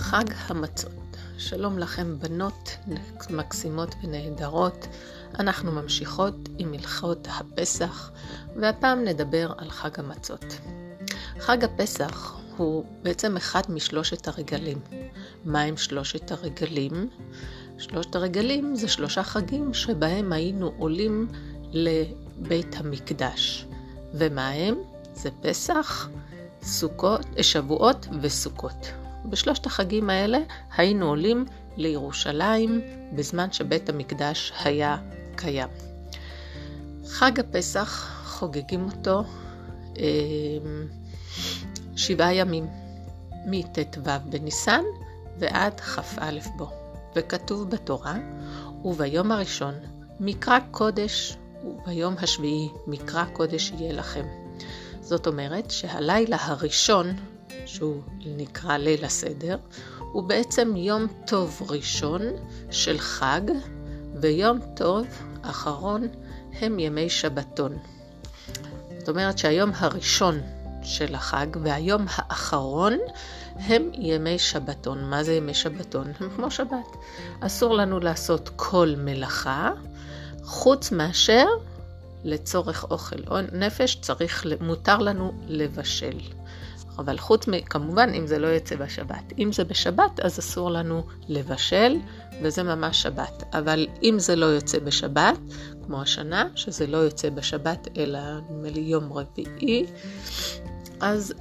חג המצות. שלום לכם בנות מקסימות ונהדרות. אנחנו ממשיכות עם הלכות הפסח, והפעם נדבר על חג המצות. חג הפסח הוא בעצם אחד משלושת הרגלים. מה הם שלושת הרגלים? שלושת הרגלים זה 3 חגים שבהם היינו עולים לבית המקדש. ומה הם? זה פסח, שבועות וסוכות. בשלושת החגים האלה היינו עולים לירושלים בזמן שבית המקדש היה קיים. חג הפסח חוגגים אותו 7 ימים, מט"ו בניסן ועד כ"א בו. וכתוב בתורה, וביום הראשון מקרא קודש, וביום השביעי מקרא קודש יהיה לכם. זאת אומרת שהלילה הראשון, שהוא נקרא ליל הסדר, הוא בעצם יום טוב ראשון של חג, ויום טוב אחרון הם ימי שבתון. זאת אומרת שהיום הראשון של החג והיום האחרון הם ימי שבתון. מה זה ימי שבתון? הם כמו שבת. אסור לנו לעשות כל מלאכה, חוץ מאשר לצורך אוכל או נפש מותר לנו לבשל. אבל כמובן אם זה לא יוצא בשבת. אם זה בשבת אז אסור לנו לבשל, וזה ממש שבת. אבל אם זה לא יוצא בשבת, כמו השנה, שזה לא יוצא בשבת אלא יום רביעי, אז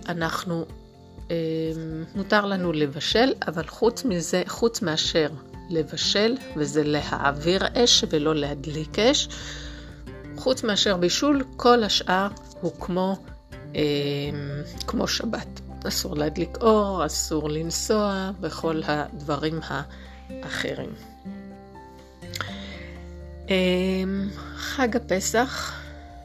מותר לנו לבשל, אבל חוץ מאשר לבשל, וזה להעביר אש ולא להדליק אש, חוץ מאשר בישול, כל השאר הוא כמו שבת. אסור להדליק אור, אסור לנסוע, וכל הדברים האחרים. חג הפסח,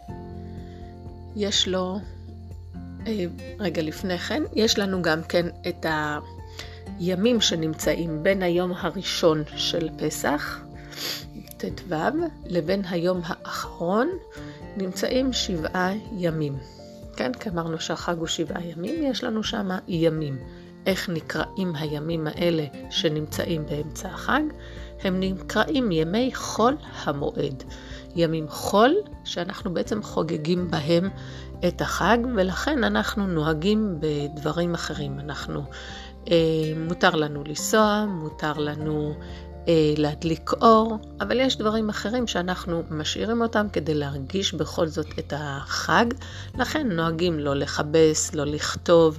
יש לו, רגע לפני כן, יש לנו גם כן את הימים שנמצאים בין היום הראשון של פסח, ט"ו, לבין היום האחרון, נמצאים 7 ימים. כן, כי אמרנו שהחג הוא 7 ימים, יש לנו שם ימים. איך נקראים הימים האלה שנמצאים באמצע החג? הם נקראים ימי חול המועד. ימים חול שאנחנו בעצם חוגגים בהם את החג, ולכן אנחנו נוהגים בדברים אחרים. מותר לנו לנסוע, מותר לנו להדליק אור, אבל יש דברים אחרים שאנחנו משאירים אותם כדי להרגיש בכל זאת את החג. לכן נוהגים לא לכבס, לא לכתוב,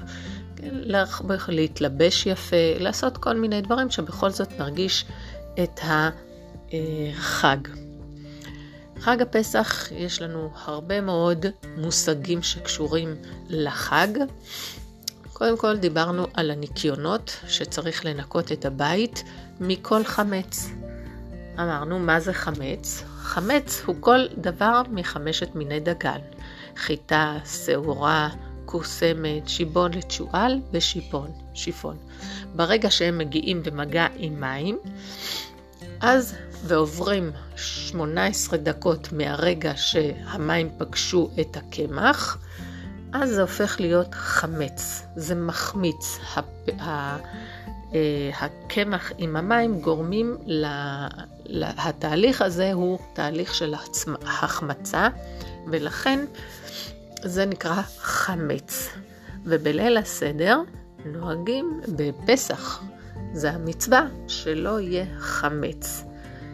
להתלבש יפה, לעשות כל מיני דברים שבכל זאת נרגיש את החג. חג הפסח יש לנו הרבה מאוד מושגים שקשורים לחג. קודם כל דיברנו על הניקיונות, שצריך לנקות את הבית מכל חמץ. אמרנו, מה זה חמץ? חמץ הוא כל דבר מ5 מיני דגן. חיטה, שעורה, קוסמת, שיבולת, שועל ושיפון. ברגע שהם מגיעים במגע עם מים, ועוברים 18 דקות מהרגע שהמים פגשו את הקמח, אז זה הופך להיות חמץ. זה מחמיץ. הקמח עם המים גורמים התהליך הזה הוא תהליך של החמצה, ולכן זה נקרא חמץ. ובליל הסדר נוהגים בפסח. זה המצווה שלא יהיה חמץ.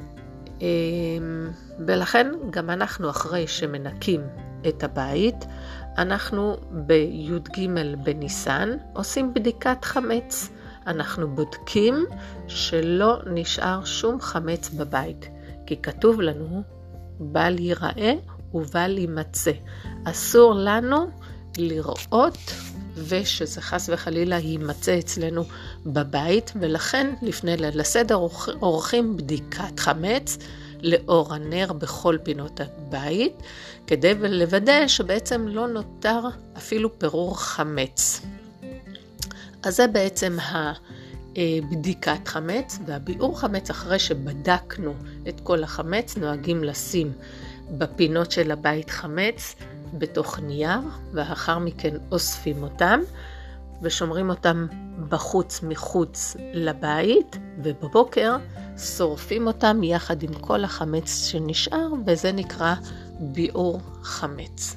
ולכן גם אנחנו אחרי שמנקים את הבית, אנחנו בי"ג בניסן עושים בדיקת חמץ. אנחנו בודקים שלא נשאר שום חמץ בבית, כי כתוב לנו בל ייראה ובל יימצא. אסור לנו לראות ושזה חס וחלילה יימצא אצלנו בבית, ולכן לפני ליל הסדר עורכים בדיקת חמץ לאור הנר בכל פינות הבית, כדי לוודא שבעצם לא נותר אפילו פירור חמץ. אז זה בעצם בדיקת חמץ, והביאור חמץ אחרי שבדקנו את כל החמץ, נוהגים לשים בפינות של הבית חמץ בתוך נייר, ואחר מכן אוספים אותם, ושומרים אותם בחוץ, מחוץ לבית, ובבוקר שורפים אותם יחד עם כל החמץ שנשאר, וזה נקרא ביעור חמץ.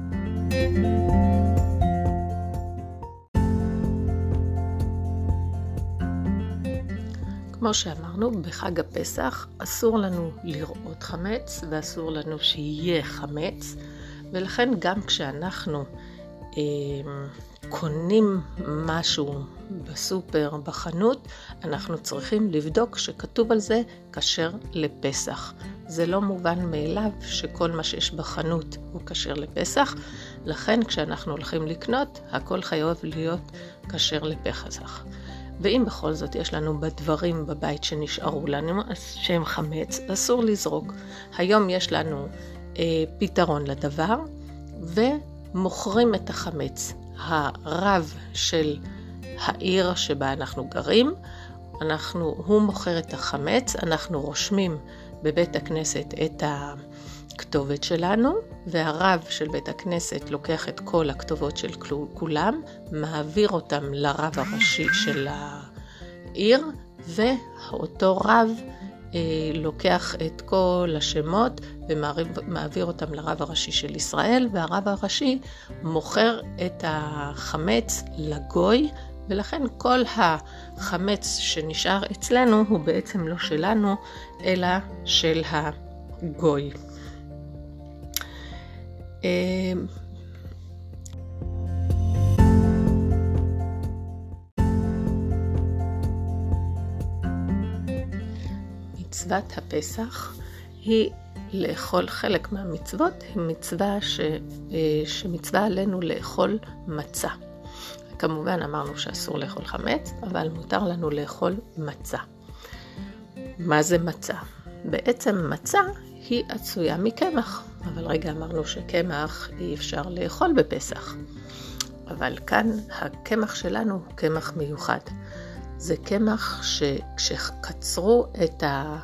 כמו שאמרנו, בחג הפסח אסור לנו לראות חמץ ואסור לנו שיהיה חמץ, ולכן גם כשאנחנו קונים משהו בסופר, בחנות, אנחנו צריכים לבדוק שכתוב על זה כשר לפסח. זה לא מובן מאליו שכל מה שיש בחנות הוא כשר לפסח, לכן כשאנחנו הולכים לקנות, הכל חייב להיות כשר לפסח. ואם בכל זאת יש לנו בדברים בבית שנשארו לנו, שהם חמץ, אסור לזרוק. היום יש לנו פתרון לדבר, ומוכרים את החמץ. הרב של העיר שבה אנחנו גרים, הוא מוכר את החמץ, אנחנו רושמים בבית הכנסת את הכתובת שלנו, והרב של בית הכנסת לוקח את כל הכתובות של כולם, מעביר אותם לרב הראשי של העיר, ואותו רב לוקח את כל השמות ומעביר אותם לרב הראשי של ישראל, והרב הראשי מוכר את החמץ לגוי, ולכן כל החמץ שנשאר אצלנו הוא בעצם לא שלנו, אלא של הגוי. מצוות הפסח היא לאכול, חלק מהמצוות היא מצווה שמצווה עלינו לאכול מצה. כמובן אמרנו שאסור לאכול חמץ, אבל מותר לנו לאכול מצה. מה זה מצה? בעצם מצה היא עשויה מקמח, אבל רגע אמרנו שקמח אי אפשר לאכול בפסח. אבל כאן הקמח שלנו הוא קמח מיוחד. זה קמח שכשקצרו את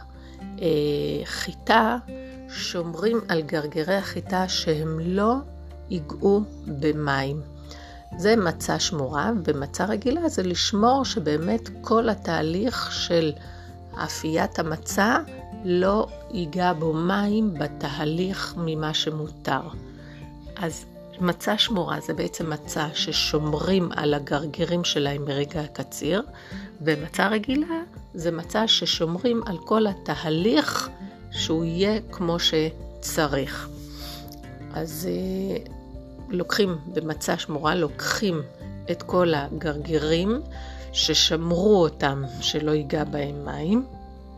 החיטה, שומרים על גרגרי החיטה שהם לא ייגעו במים. זה מצה שמורה, ומצה רגילה זה לשמור שבאמת כל התהליך של אפיית המצה לא ייגע בו מים בתהליך ממה שמותר. אז מצה שמורה זה בעצם מצה ששומרים על הגרגירים שלהם מרגע הקציר, ומצה רגילה זה מצה ששומרים על כל התהליך שהוא יהיה כמו שצריך. אז לוקחים במצה שמורה, לוקחים את כל הגרגירים ששמרו אותם שלא ייגע בהם מים,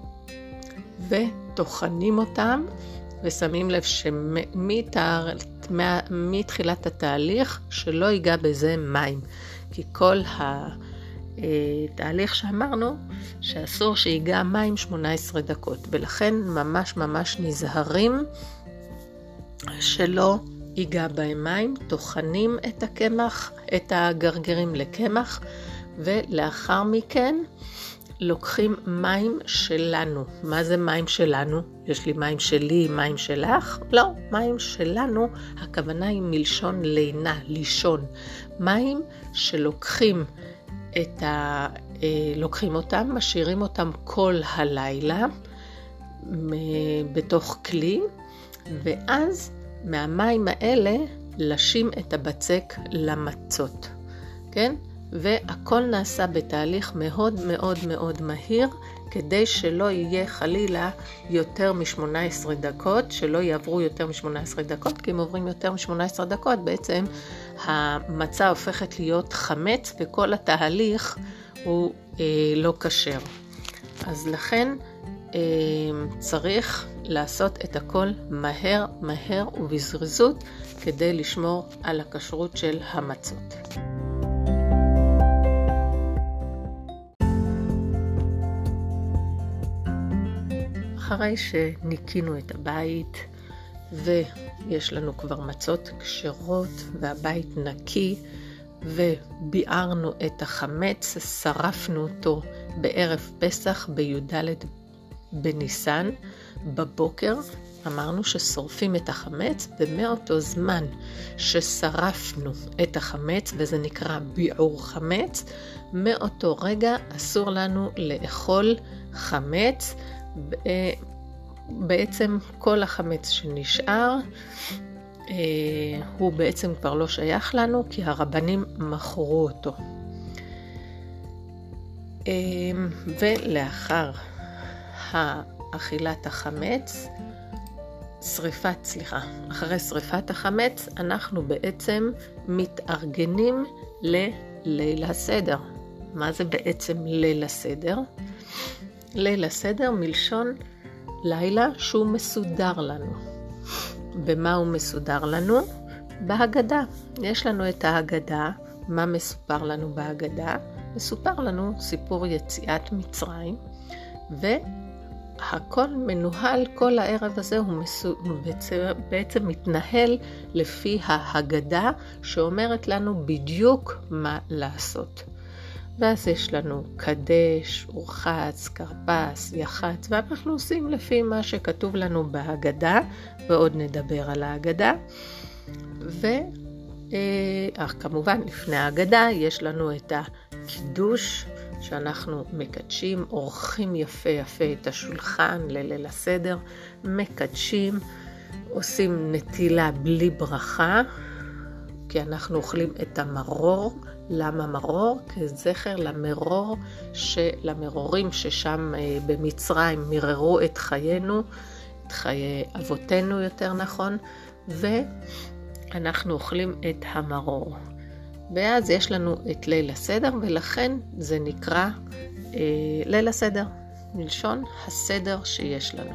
וטוחנים אותם, ושמים לב מתחילת התהליך שלא ייגע בזה מים. כי כל התהליך שאמרנו שאסור שיגע מים 18 דקות, ולכן ממש ממש נזהרים שלא ייגע בהם מים, טוחנים את הקמח, את הגרגירים לקמח, ולאחר מכן לוקחים מים שלנו. מה זה מים שלנו? יש לי מים שלי, מים שלך? לא, מים שלנו, הכוונה היא מלשון לינה, לישון. מים שלוקחים לוקחים אותם, משאירים אותם כל הלילה בתוך כלי, ואז מהמים האלה לשים את הבצק למצות. כן? והכל נעשה בתהליך מאוד מאוד מאוד מהיר, כדי שלא יהיה חלילה יותר מ-18 דקות, שלא יעברו יותר מ-18 דקות, כי אם עוברים יותר מ-18 דקות, בעצם המצה הופכת להיות חמץ, וכל התהליך הוא לא כשר. אז לכן צריך לעשות את הכל מהר מהר ובזריזות, כדי לשמור על הכשרות של המצות. אחרי שניקינו את הבית ויש לנו כבר מצות כשרות והבית נקי וביערנו את החמץ, שרפנו אותו בערב פסח בי"ד בניסן בבוקר, אמרנו ששורפים את החמץ, ומאותו זמן ששרפנו את החמץ, וזה נקרא ביעור חמץ, מאותו רגע אסור לנו לאכול חמץ. בעצם כל החמץ שנשאר, הוא בעצם כבר לא שייך לנו, כי הרבנים מכרו אותו. ולאחר אכילת החמץ, אחרי שריפת החמץ, אנחנו בעצם מתארגנים לליל הסדר. מה זה בעצם ליל הסדר? ליל הסדר מלשון לילה שהוא מסודר לנו. במה הוא מסודר לנו? בהגדה. יש לנו את ההגדה. מה מסופר לנו בהגדה? מסופר לנו סיפור יציאת מצרים, והכל מנוהל, כל הערב הזה הוא בעצם מתנהל לפי ההגדה שאומרת לנו בדיוק מה לעשות. ואז יש לנו קדש, אורחץ, כרפס, יחץ, ואנחנו עושים לפי מה שכתוב לנו בהגדה, ועוד נדבר על ההגדה. כמובן לפני ההגדה יש לנו את הקידוש, שאנחנו מקדשים, עורכים יפה יפה את השולחן לליל הסדר, מקדשים, עושים נטילה בלי ברכה, כי אנחנו אוכלים את המרור. למה מרור? כזכר למרורים ששם במצרים מררו את חיינו, את חיי אבותינו יותר נכון, ואנחנו אוכלים את המרור. ואז יש לנו את ליל הסדר, ולכן זה נקרא ליל הסדר, מלשון הסדר שיש לנו.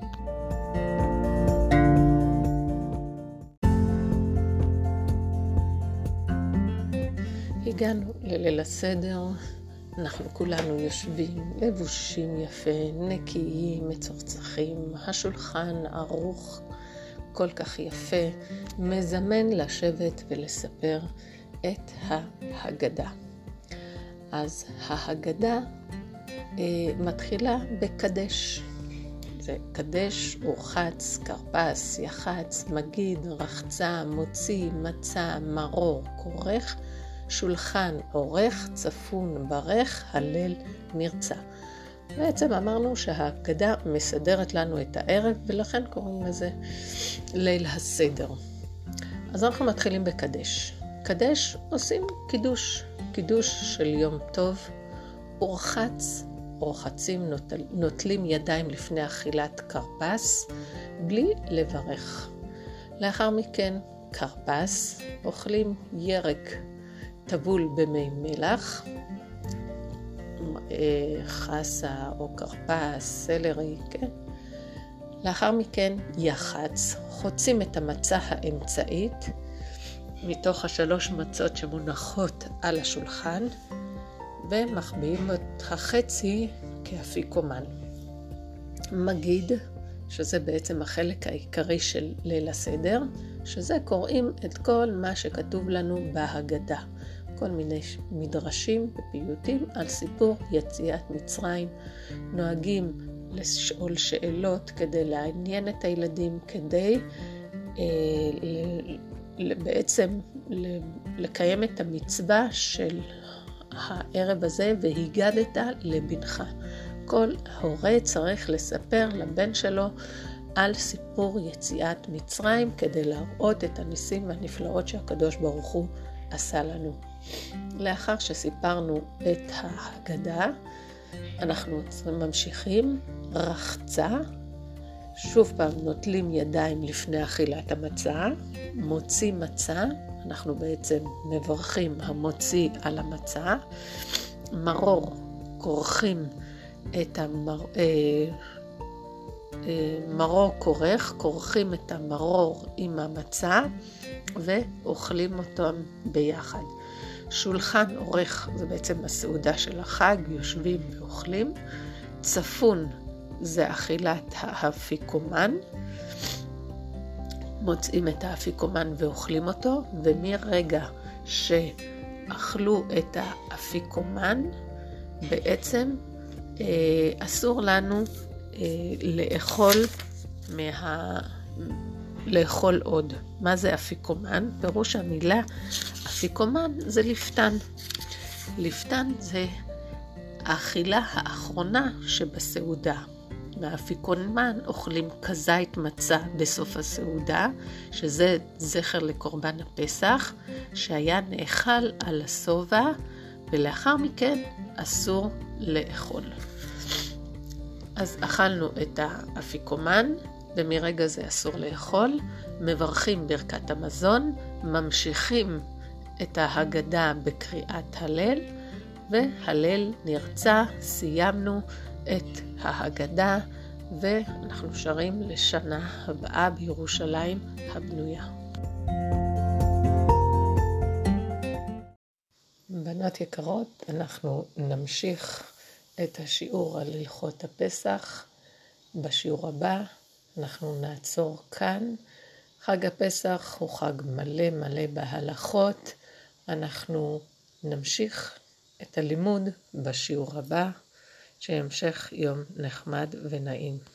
הגענו לליל הסדר, אנחנו כולנו יושבים, לבושים יפה, נקיים, מצוחצחים, השולחן ערוך כל כך יפה, מזמן לשבת ולספר את ההגדה. אז ההגדה מתחילה בקדש. זה קדש, אורחץ, כרפס, יחץ, מגיד, רחצה, מוציא, מצה, מרור, כורך, שולחן, עורך, צפון, ברך, הלל, נרצה. בעצם אמרנו שההגדה מסדרת לנו את הערב, ולכן קוראים לזה ליל הסדר. אז אנחנו מתחילים בקדש. קדש עושים קידוש, קידוש של יום טוב, אורחץ, אורחצים נוטלים ידיים לפני אכילת כרפס, בלי לברך. לאחר מכן כרפס, אוכלים ירק טבול במי מלח, חסה או כרפס, סלרי, כן? לאחר מכן יחץ, חוצים את המצה האמצעית, מתוך 3 מצות שמונחות על השולחן, ומחביאים את החצי כאפיקומן. מגיד, שזה בעצם החלק העיקרי של ליל הסדר, שזה קוראים את כל מה שכתוב לנו בהגדה. כל מיני מדרשים ופיוטים על סיפור יציאת מצרים. נוהגים לשאול שאלות כדי לעניין את הילדים, כדי בעצם לקיים את המצווה של הערב הזה, והיגדת לבנך. כל הורה צריך לספר לבן שלו על סיפור יציאת מצרים, כדי להראות את הניסים והנפלאות שהקדוש ברוך הוא עשה לנו. לאחר שסיפרנו את ההגדה, אנחנו ממשיכים רחצה. שוב פעם נוטלים ידיים לפני אכילת המצה, מוציא מצה, אנחנו בעצם מברכים המוציא על המצה. מרור, כורכים את מרור כורך, כורכים את המרור עם המצה ואוכלים אותם ביחד. שולחן עורך, זה בעצם הסעודה של החג, יושבים ואוכלים. צפון זה אכילת האפיקומן, מוצאים את האפיקומן ואוכלים אותו, ומרגע שאכלו את האפיקומן, בעצם אסור לנו לאכול לאכול עוד. מה זה אפיקומן? פירוש המילה אפיקומן זה לפתן. לפתן זה האכילה האחרונה שבסעודה. באפיקומן אוכלים כזית מצה בסוף הסעודה, שזה זכר לקורבן הפסח, שהיה נאכל על הסובה, ולאחר מכן אסור לאכול. אז אכלנו את האפיקומן, ומרגע זה אסור לאכול, מברכים ברכת המזון, ממשיכים את ההגדה בקריאת הלל, והלל נרצה, סיימנו את ההגדה, ואנחנו שרים לשנה הבאה בירושלים הבנויה. בנות יקרות, אנחנו נמשיך את השיעור על הלכות הפסח. בשיעור הבא אנחנו נעצור כאן. חג הפסח הוא חג מלא מלא בהלכות. אנחנו נמשיך את הלימוד בשיעור הבא, שהמשך יום נחמד ונעים.